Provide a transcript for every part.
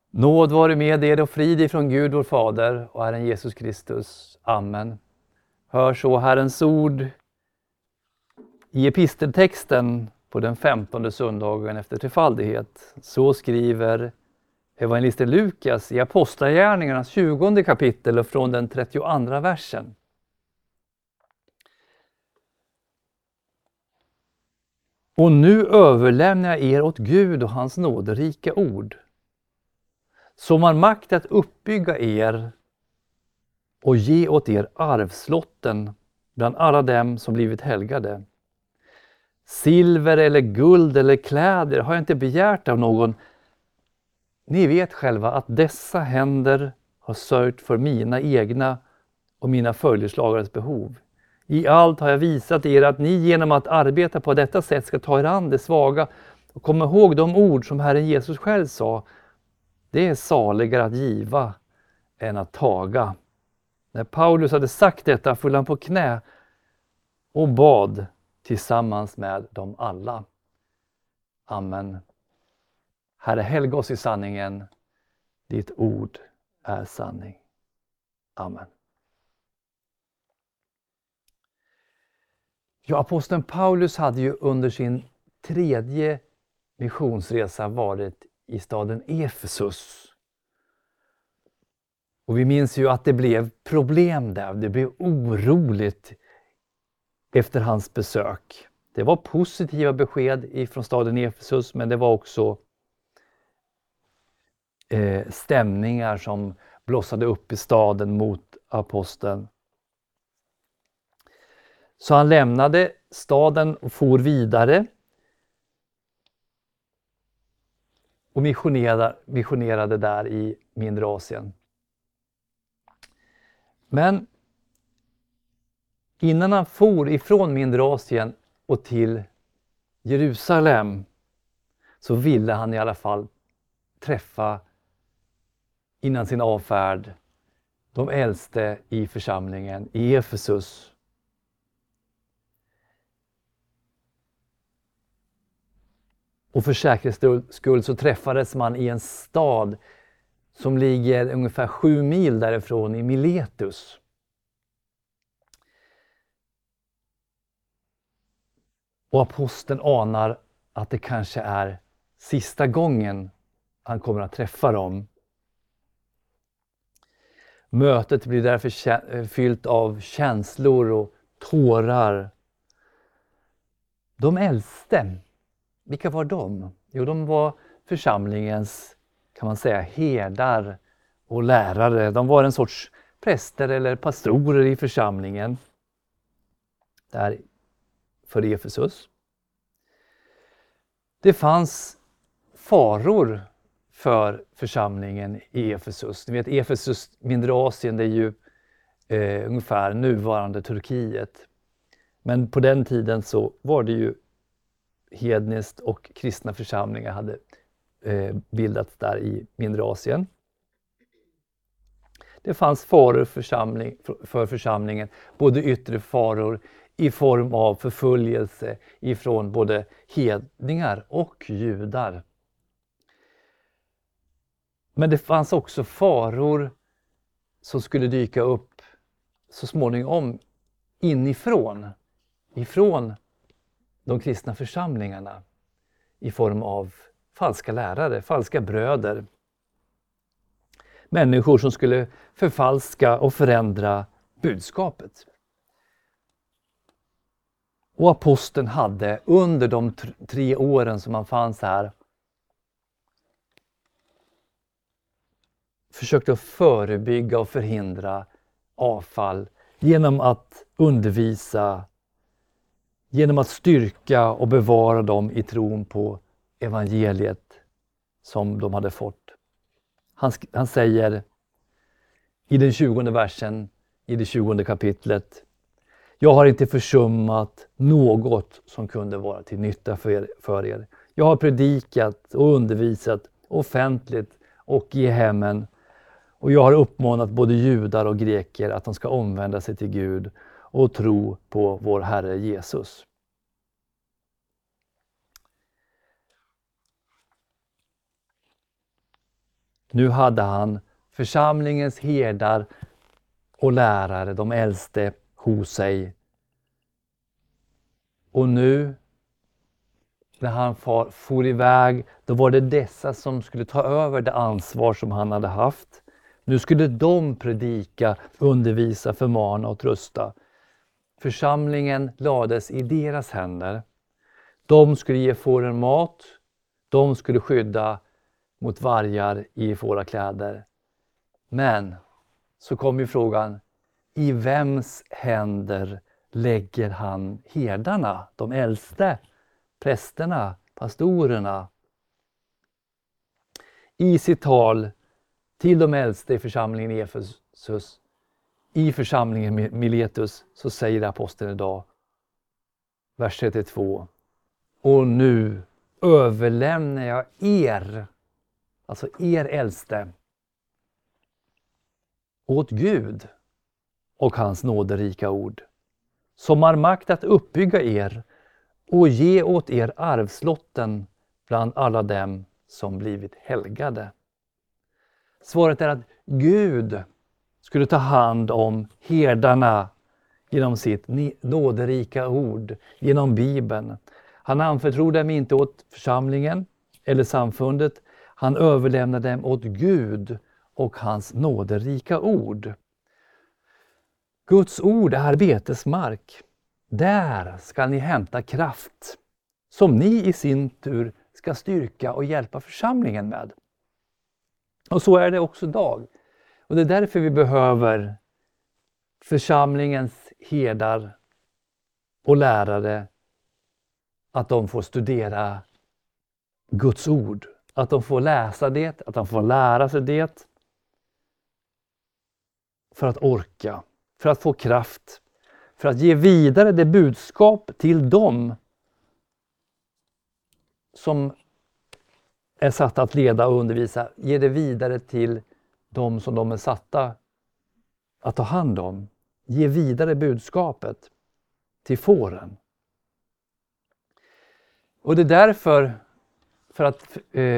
Nåd vare med er och frid ifrån Gud vår Fader och Herren Jesus Kristus. Amen. Hör så Herrens ord i episteltexten på den 15:e söndagen efter trefaldighet. Så skriver evangelisten Lukas i Apostlagärningarnas 20:e kapitel och från den 32:a versen. Och nu överlämnar jag er åt Gud och hans nåderika ord, som har makt att uppbygga er och ge åt er arvslotten bland alla dem som blivit helgade. Silver eller guld eller kläder har jag inte begärt av någon. Ni vet själva att dessa händer har sörjt för mina egna och mina följeslagares behov. I allt har jag visat er att ni genom att arbeta på detta sätt ska ta er an det svaga och komma ihåg de ord som Herren Jesus själv sa. Det är saligare att giva än att taga. När Paulus hade sagt detta föll han på knä och bad tillsammans med dem alla. Amen. Herre, helga oss i sanningen. Ditt ord är sanning. Amen. Ja, aposteln Paulus hade ju under sin 3:e missionsresa varit i staden Efesus. Och vi minns ju att det blev problem där. Det blev oroligt efter hans besök. Det var positiva besked ifrån staden Efesus, men det var också stämningar som blossade upp i staden mot aposteln. Så han lämnade staden och for vidare och missionerade där i mindre Asien. Men innan han for ifrån mindre Asien och till Jerusalem så ville han i alla fall träffa innan sin avfärd de äldste i församlingen i Efesus. Och för säkerhets skull så träffades man i en stad som ligger ungefär 7 mil därifrån i Miletus. Och aposteln anar att det kanske är sista gången han kommer att träffa dem. Mötet blir därför fyllt av känslor och tårar. De äldste, vilka var de? Jo, de var församlingens, kan man säga, herdar och lärare. De var en sorts präster eller pastorer i församlingen där för Efesus. Det fanns faror för församlingen i Efesus. Ni vet, Efesus, mindre Asien, det är ju ungefär nuvarande Turkiet. Men på den tiden så var det ju hedniskt och kristna församlingar hade bildats där i mindre Asien. Det fanns faror för församlingen, både yttre faror i form av förföljelse ifrån både hedningar och judar. Men det fanns också faror som skulle dyka upp så småningom ifrån de kristna församlingarna i form av falska lärare, falska bröder. Människor som skulle förfalska och förändra budskapet. Och aposteln hade under de 3 åren som han fanns här försökt att förebygga och förhindra avfall genom att undervisa, genom att styrka och bevara dem i tron på evangeliet som de hade fått. Han säger i den 20:e versen i det 20:e kapitlet: jag har inte försummat något som kunde vara till nytta för er. Jag har predikat och undervisat offentligt och i hemmen. Och jag har uppmanat både judar och greker att de ska omvända sig till Gud och tro på vår Herre Jesus. Nu hade han församlingens herdar och lärare, de äldste, hos sig. Och nu när han for iväg, då var det dessa som skulle ta över det ansvar som han hade haft. Nu skulle de predika, undervisa, förmana och trösta. Församlingen lades i deras händer. De skulle ge fåren mat. De skulle skydda mot vargar i fårakläder. Men så kom ju frågan, i vems händer lägger han herdarna, de äldste, prästerna, pastorerna? I sitt tal till de äldste i församlingen i Efesus, i församlingen Miletus, så säger aposteln idag, vers 32. Och nu överlämnar jag er, alltså er äldste, åt Gud och hans nåderika ord, som har makt att uppbygga er och ge åt er arvslotten bland alla dem som blivit helgade. Svaret är att Gud skulle ta hand om herdarna genom sitt nåderika ord, genom Bibeln. Han anförtrodde dem inte åt församlingen eller samfundet. Han överlämnade dem åt Gud och hans nåderika ord. Guds ord är betesmark. Där ska ni hämta kraft som ni i sin tur ska styrka och hjälpa församlingen med. Och så är det också idag. Och det är därför vi behöver församlingens herdar och lärare, att de får studera Guds ord. Att de får läsa det, att de får lära sig det. För att orka, för att få kraft. För att ge vidare det budskap till dem som är satta att leda och undervisa. Ge det vidare till dem som de är satta att ta hand om. Ge vidare budskapet till fåren. Och det är därför, för att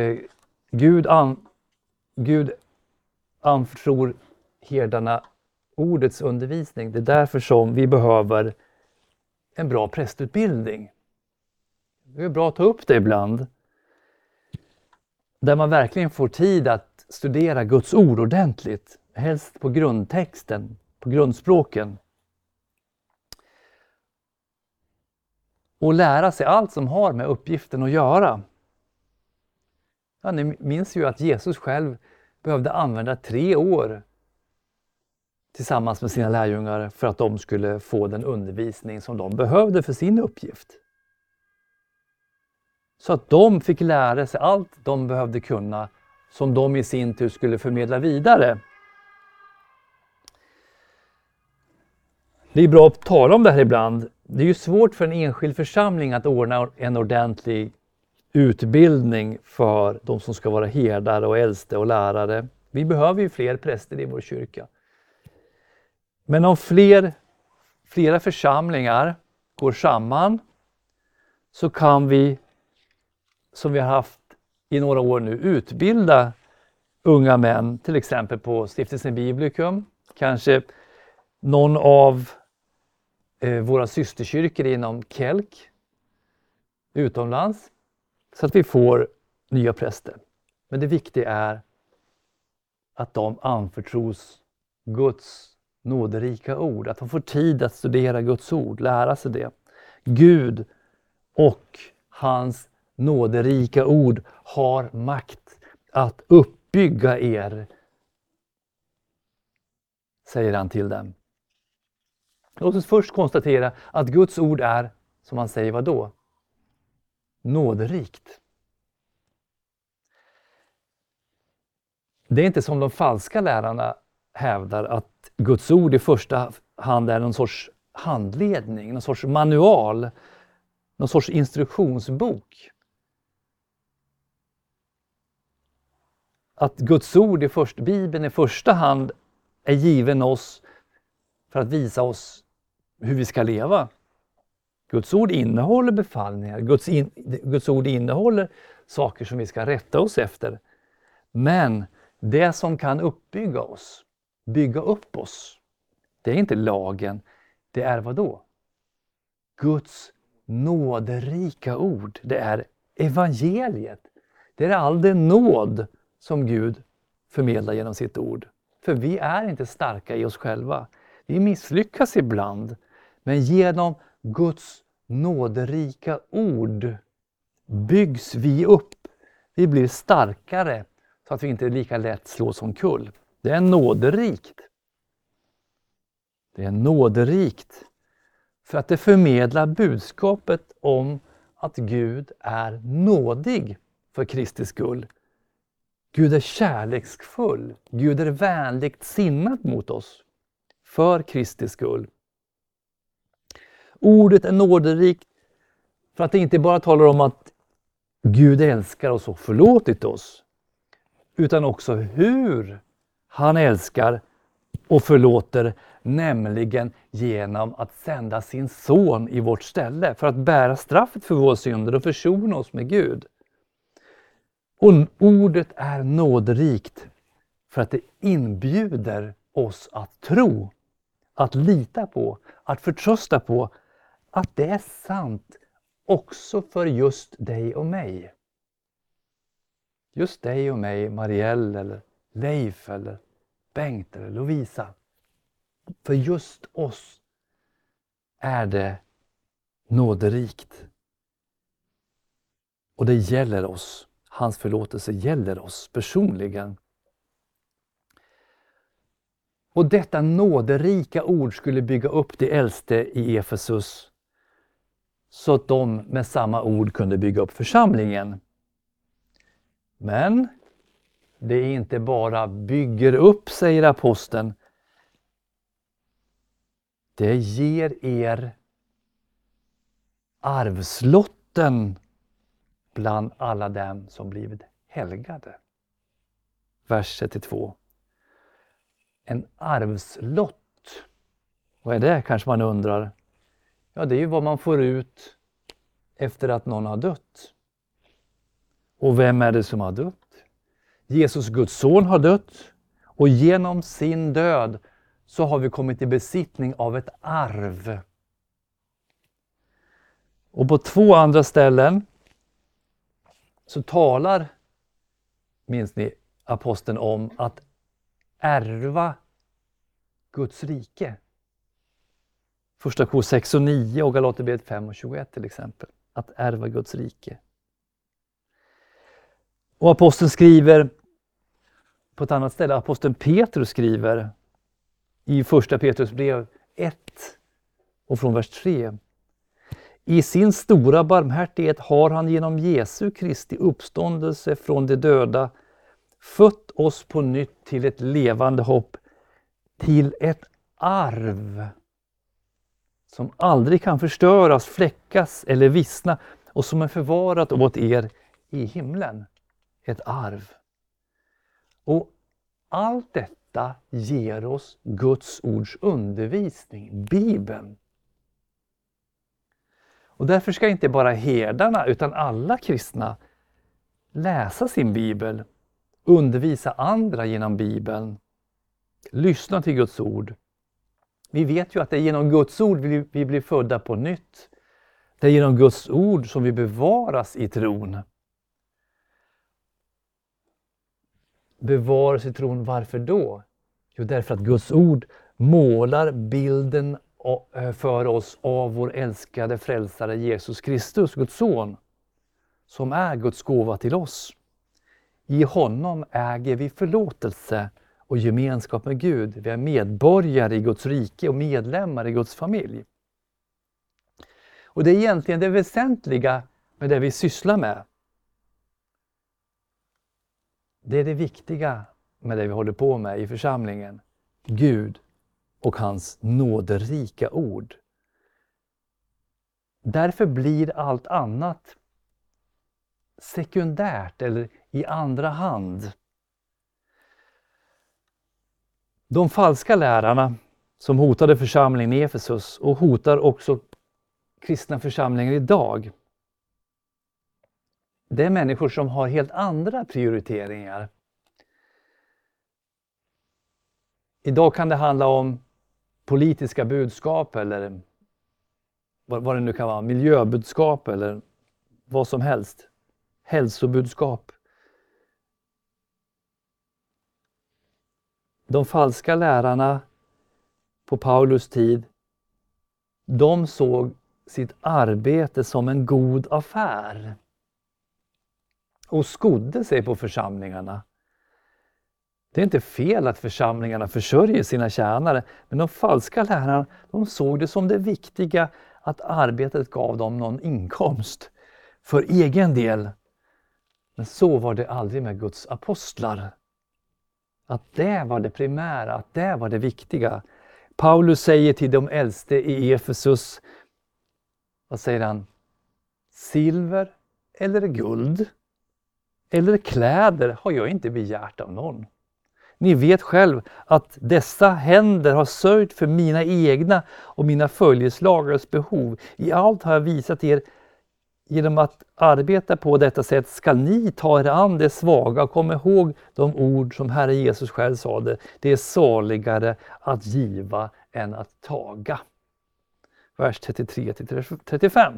Gud anförtror herdarna ordets undervisning. Det är därför som vi behöver en bra prästutbildning. Det är bra att ta upp det ibland. Där man verkligen får tid att studera Guds ord ordentligt. Helst på grundtexten, på grundspråken. Och lära sig allt som har med uppgiften att göra. Ja, ni minns ju att Jesus själv behövde använda 3 år tillsammans med sina lärjungar för att de skulle få den undervisning som de behövde för sin uppgift. Så att de fick lära sig allt de behövde kunna, som de i sin tur skulle förmedla vidare. Det är bra att tala om det här ibland. Det är ju svårt för en enskild församling att ordna en ordentlig utbildning för de som ska vara herdar och äldste och lärare. Vi behöver ju fler präster i vår kyrka. Men om flera församlingar går samman, så kan vi, som vi har haft i några år nu, utbilda unga män, till exempel på Stiftelsen Biblikum, kanske någon av våra systerkyrkor inom Kelk utomlands, så att vi får nya präster. Men det viktiga är att de anförtros Guds nåderika ord, att de får tid att studera Guds ord, lära sig det. Gud och hans nåderika ord har makt att uppbygga er, säger han till dem. Låt oss först konstatera att Guds ord är, som han säger, vad då? Nåderikt. Det är inte som de falska lärarna hävdar, att Guds ord i första hand är någon sorts handledning, någon sorts manual, någon sorts instruktionsbok. Att Guds ord Bibeln i första hand är given oss för att visa oss hur vi ska leva. Guds ord innehåller befallningar. Guds ord innehåller saker som vi ska rätta oss efter. Men Det som kan uppbygga oss, bygga upp oss, det är inte lagen, det är vad då? Guds nåderika ord, det är evangeliet. Det är all den nåd som Gud förmedlar genom sitt ord. För vi är inte starka i oss själva. Vi misslyckas ibland, men genom Guds nåderika ord byggs vi upp. Vi blir starkare så att vi inte lika lätt slås omkull. Det är nåderikt. Det är nåderikt för att det förmedlar budskapet om att Gud är nådig för Kristi skull. Gud är kärleksfull. Gud är vänligt sinnad mot oss för Kristi skull. Ordet är nåderikt för att det inte bara talar om att Gud älskar oss och förlåtit oss, utan också hur han älskar och förlåter, nämligen genom att sända sin son i vårt ställe för att bära straffet för våra synder och försona oss med Gud. Och ordet är nåderikt för att det inbjuder oss att tro, att lita på, att förtrösta på att det är sant också för just dig och mig. Just dig och mig, Marielle eller Leif eller Bengt eller Lovisa. För just oss är det nåderikt. Och det gäller oss. Hans förlåtelse gäller oss personligen. Och detta nåderika ord skulle bygga upp de äldste i Efesus så att de med samma ord kunde bygga upp församlingen. Men det är inte bara bygger upp, säger aposteln. Det ger er arvslotten bland alla dem som blivit helgade. Vers 32. En arvslott. Vad är det, kanske man undrar? Ja, det är ju vad man får ut efter att någon har dött. Och vem är det som har dött? Jesus, Guds son, har dött. Och genom sin död så har vi kommit i besittning av ett arv. Och på 2 andra ställen så talar, minns ni, aposteln om att ärva Guds rike. Första Kor 6 och 9 och Galaterbrevet 5 och 21 till exempel. Att ärva Guds rike. Och aposteln skriver på ett annat ställe, aposteln Petrus skriver i första Petrus brev 1 och från vers 3. I sin stora barmhärtighet har han genom Jesu Kristi uppståndelse från de döda fött oss på nytt till ett levande hopp, till ett arv som aldrig kan förstöras, fläckas eller vissna och som är förvarat åt er i himlen. Ett arv. Och allt detta ger oss Guds ords undervisning, Bibeln. Och därför ska inte bara herdarna utan alla kristna läsa sin bibel, undervisa andra genom Bibeln, lyssna till Guds ord. Vi vet ju att det är genom Guds ord vi blir födda på nytt. Det är genom Guds ord som vi bevaras i tron. Bevaras i tron, varför då? Jo, därför att Guds ord målar bilden för oss av vår älskade frälsare Jesus Kristus, Guds son, som är Guds gåva till oss. I honom äger vi förlåtelse och gemenskap med Gud. Vi är medborgare i Guds rike och medlemmar i Guds familj. Och det är egentligen det väsentliga med det vi sysslar med. Det är det viktiga med det vi håller på med i församlingen. Gud och hans nåderika ord. Därför blir allt annat sekundärt eller i andra hand. De falska lärarna som hotade församlingen i Efesus och hotar också kristna församlingar idag. Det är människor som har helt andra prioriteringar. Idag kan det handla om politiska budskap eller vad det nu kan vara, miljöbudskap eller vad som helst. Hälsobudskap. De falska lärarna på Paulus tid, de såg sitt arbete som en god affär och skodde sig på församlingarna. Det är inte fel att församlingarna försörjer sina tjänare, men de falska lärarna, de såg det som det viktiga att arbetet gav dem någon inkomst för egen del. Men så var det aldrig med Guds apostlar. Att det var det primära, att det var det viktiga. Paulus säger till de äldste i Efesus, vad säger han? Silver eller guld eller kläder har jag inte begärt av någon. Ni vet själv att dessa händer har sörjt för mina egna och mina följeslagares behov. I allt har jag visat er, genom att arbeta på detta sätt ska ni ta er an det svaga och komma ihåg de ord som Herre Jesus själv sade. Det är saligare att giva än att taga. Vers 33-35.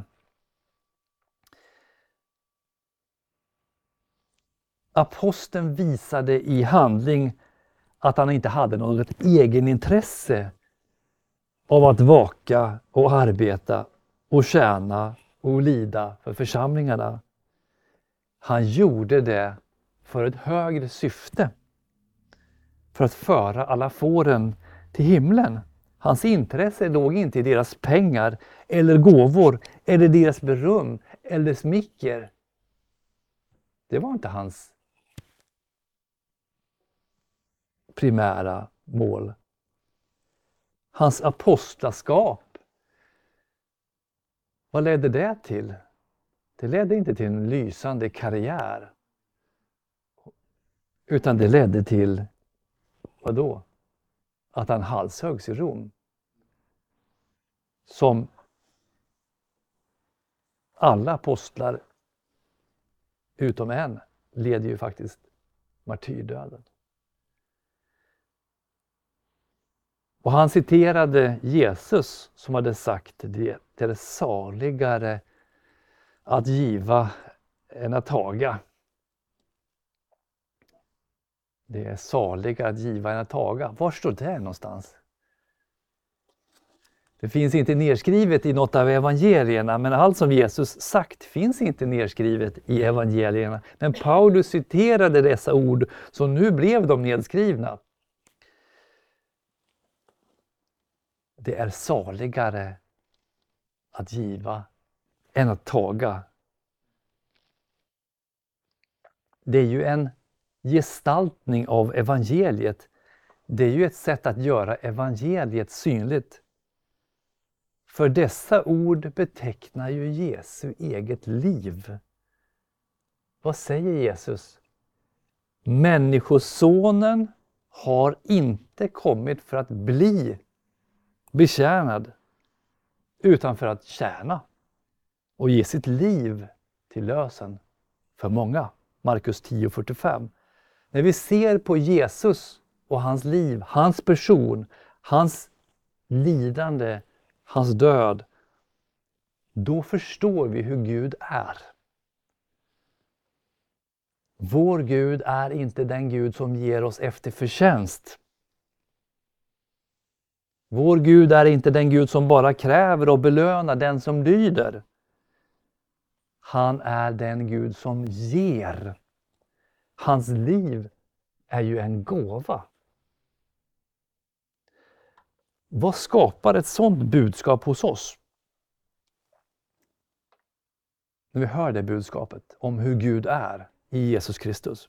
Aposteln visade i handling att han inte hade något egenintresse av att vaka och arbeta och tjäna och lida för församlingarna. Han gjorde det för ett högre syfte. För att föra alla fåren till himlen. Hans intresse låg inte i deras pengar eller gåvor eller deras beröm eller smicker. Det var inte hans primära mål. Hans apostlaskap, vad ledde det till? Det ledde inte till en lysande karriär. Utan det ledde till, vad då? Att han halshöggs i Rom. Som alla apostlar utom en leder ju faktiskt martyrdöden. Och han citerade Jesus som hade sagt det är saligare att giva än att taga. Det är saligare att giva än att taga. Var står det någonstans? Det finns inte nedskrivet i något av evangelierna, men allt som Jesus sagt finns inte nedskrivet i evangelierna. Men Paulus citerade dessa ord, så nu blev de nedskrivna. Det är saligare att giva än att taga. Det är ju en gestaltning av evangeliet. Det är ju ett sätt att göra evangeliet synligt. För dessa ord betecknar ju Jesu eget liv. Vad säger Jesus? Människosonen har inte kommit för att bli betjänad, utan för att tjäna och ge sitt liv till lösen för många. Markus 10:45. När vi ser på Jesus och hans liv, hans person, hans lidande, hans död, då förstår vi hur Gud är. Vår Gud är inte den Gud som ger oss efter förtjänst. Vår Gud är inte den Gud som bara kräver och belönar den som lyder. Han är den Gud som ger. Hans liv är ju en gåva. Vad skapar ett sådant budskap hos oss? När vi hör det budskapet om hur Gud är i Jesus Kristus.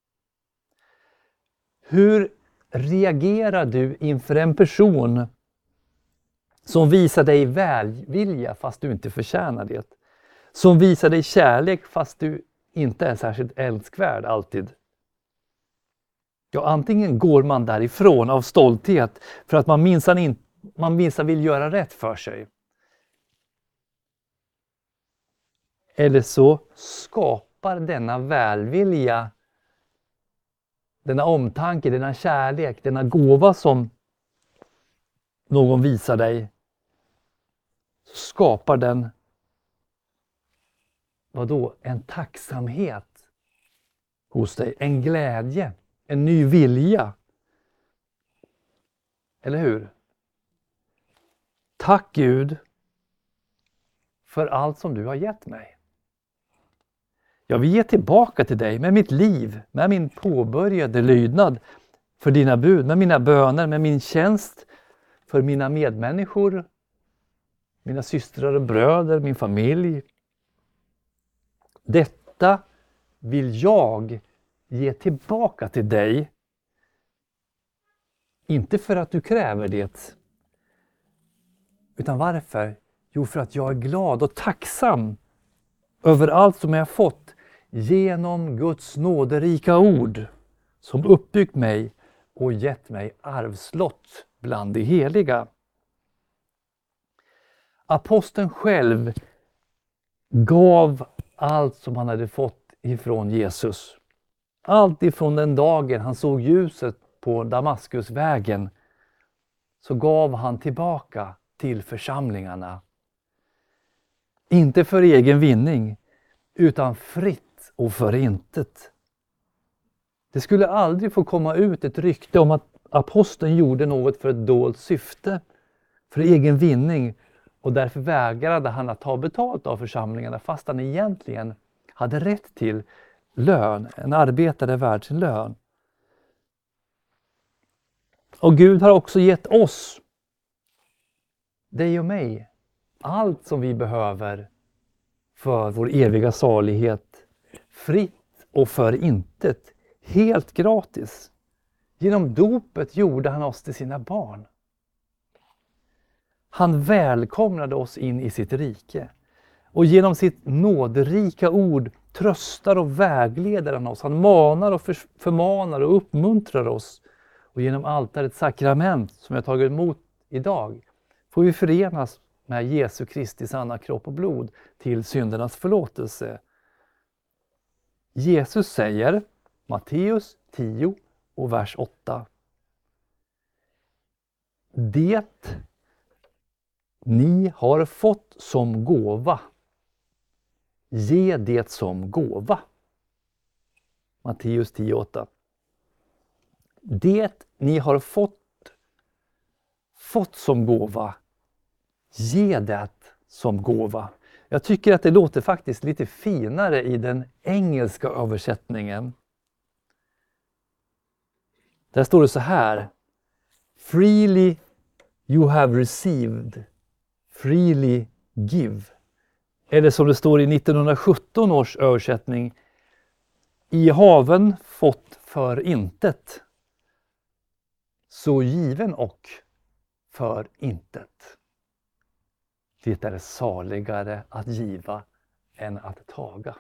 Hur reagerar du inför en person som visar dig välvilja fast du inte förtjänar det? Som visar dig kärlek fast du inte är särskilt älskvärd alltid? Ja, antingen går man därifrån av stolthet för att man minsann vill göra rätt för sig. Eller så skapar denna välvilja denna omtanke, denna kärlek, denna gåva som någon visar dig, så skapar den en tacksamhet hos dig, en glädje, en ny vilja. Eller hur? Tack Gud för allt som du har gett mig. Jag vill ge tillbaka till dig med mitt liv, med min påbörjade lydnad för dina bud, med mina böner, med min tjänst för mina medmänniskor, mina systrar och bröder, min familj. Detta vill jag ge tillbaka till dig. Inte för att du kräver det. Utan varför? Jo, för att jag är glad och tacksam över allt som jag har fått genom Guds nåderika ord som uppbyggt mig och gett mig arvslott bland de heliga. Aposteln själv gav allt som han hade fått ifrån Jesus. Allt ifrån den dagen han såg ljuset på Damaskusvägen, så gav han tillbaka till församlingarna. Inte för egen vinning, utan fritt och för intet. Det skulle aldrig få komma ut ett rykte om att aposteln gjorde något för ett dolt syfte, för egen vinning, och därför vägrade han att ta betalt av församlingarna fast han egentligen hade rätt till lön. En arbetare värd sin lön. Och Gud har också gett oss, dig och mig, allt som vi behöver för vår eviga salighet. Fritt och för intet. Helt gratis. Genom dopet gjorde han oss till sina barn. Han välkomnade oss in i sitt rike. Och genom sitt nåderika ord tröstar och vägleder han oss. Han manar och förmanar och uppmuntrar oss. Och genom altarets sakrament som jag tagit emot idag får vi förenas med Jesu Kristi sanna kropp och blod till syndernas förlåtelse. Jesus säger, Matteus 10 och vers 8. Det ni har fått som gåva, ge det som gåva. Matteus 10:8. Det ni har fått som gåva, ge det som gåva. Jag tycker att det låter faktiskt lite finare i den engelska översättningen. Där står det så här: Freely you have received, freely give. Eller som det står i 1917 års översättning: I haven fått för intet, så given och för intet. Det är saligare att giva än att taga.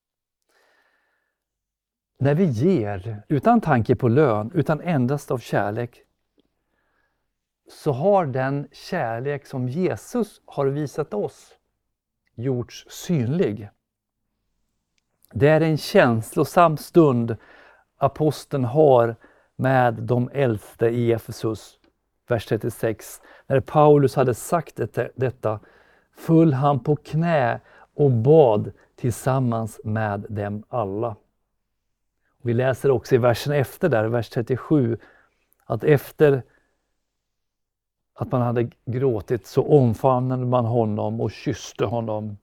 När vi ger utan tanke på lön, utan endast av kärlek, så har den kärlek som Jesus har visat oss gjorts synlig. Det är en känslosam stund aposteln har med de äldste i Efesus, vers 36. När Paulus hade sagt detta föll han på knä och bad tillsammans med dem alla. Vi läser också i versen efter där, vers 37, att efter att man hade gråtit så omfamnade man honom och kysste honom.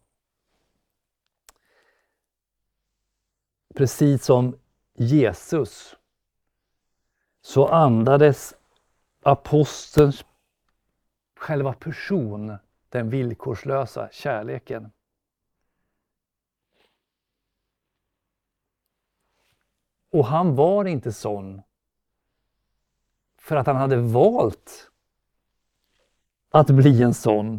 Precis som Jesus så andades apostelns själva person den villkorslösa kärleken. Och han var inte sån för att han hade valt att bli en sån,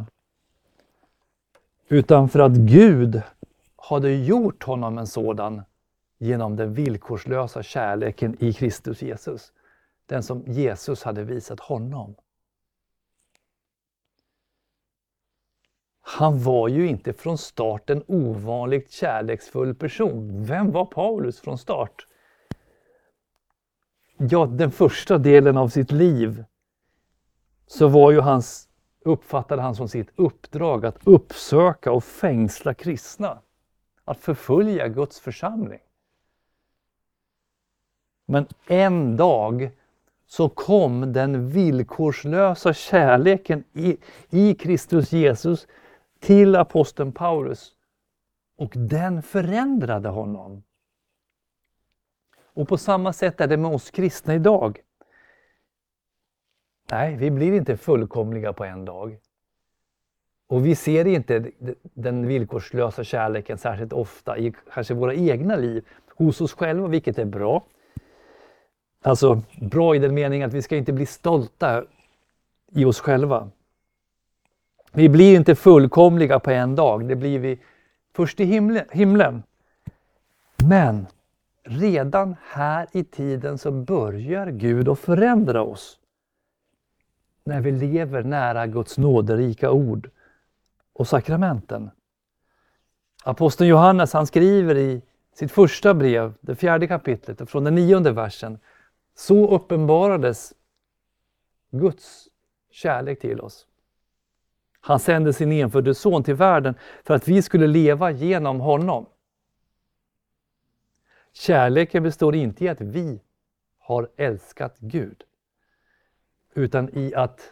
utan för att Gud hade gjort honom en sådan genom den villkorslösa kärleken i Kristus Jesus. Den som Jesus hade visat honom. Han var ju inte från start en ovanligt kärleksfull person. Vem var Paulus från start? den första delen av sitt liv så var ju uppfattade han som sitt uppdrag att uppsöka och fängsla kristna. Att förfölja Guds församling. Men en dag så kom den villkorslösa kärleken i Kristus Jesus till aposteln Paulus. Och den förändrade honom. Och på samma sätt är det med oss kristna idag. Nej, vi blir inte fullkomliga på en dag. Och vi ser inte den villkorslösa kärleken särskilt ofta i kanske våra egna liv hos oss själva, vilket är bra. Alltså bra i den meningen att vi ska inte bli stolta i oss själva. Vi blir inte fullkomliga på en dag, det blir vi först i himlen. Men redan här i tiden så börjar Gud att förändra oss. När vi lever nära Guds nåderika ord och sakramenten. Aposteln Johannes, han skriver i sitt första brev, det 4:e kapitlet, från den 9:e versen. Så uppenbarades Guds kärlek till oss. Han sände sin enfödde son till världen för att vi skulle leva genom honom. Kärleken består inte i att vi har älskat Gud, utan i att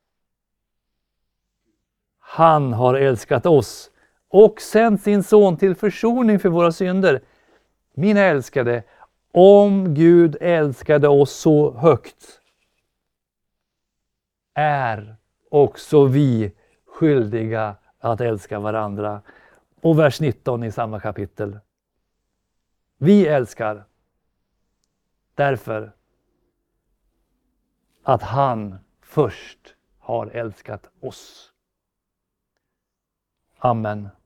han har älskat oss och sänt sin son till försoning för våra synder. Mina älskade, om Gud älskade oss så högt är också vi skyldiga att älska varandra. Och vers 19 i samma kapitel. Vi älskar därför att han först har älskat oss. Amen.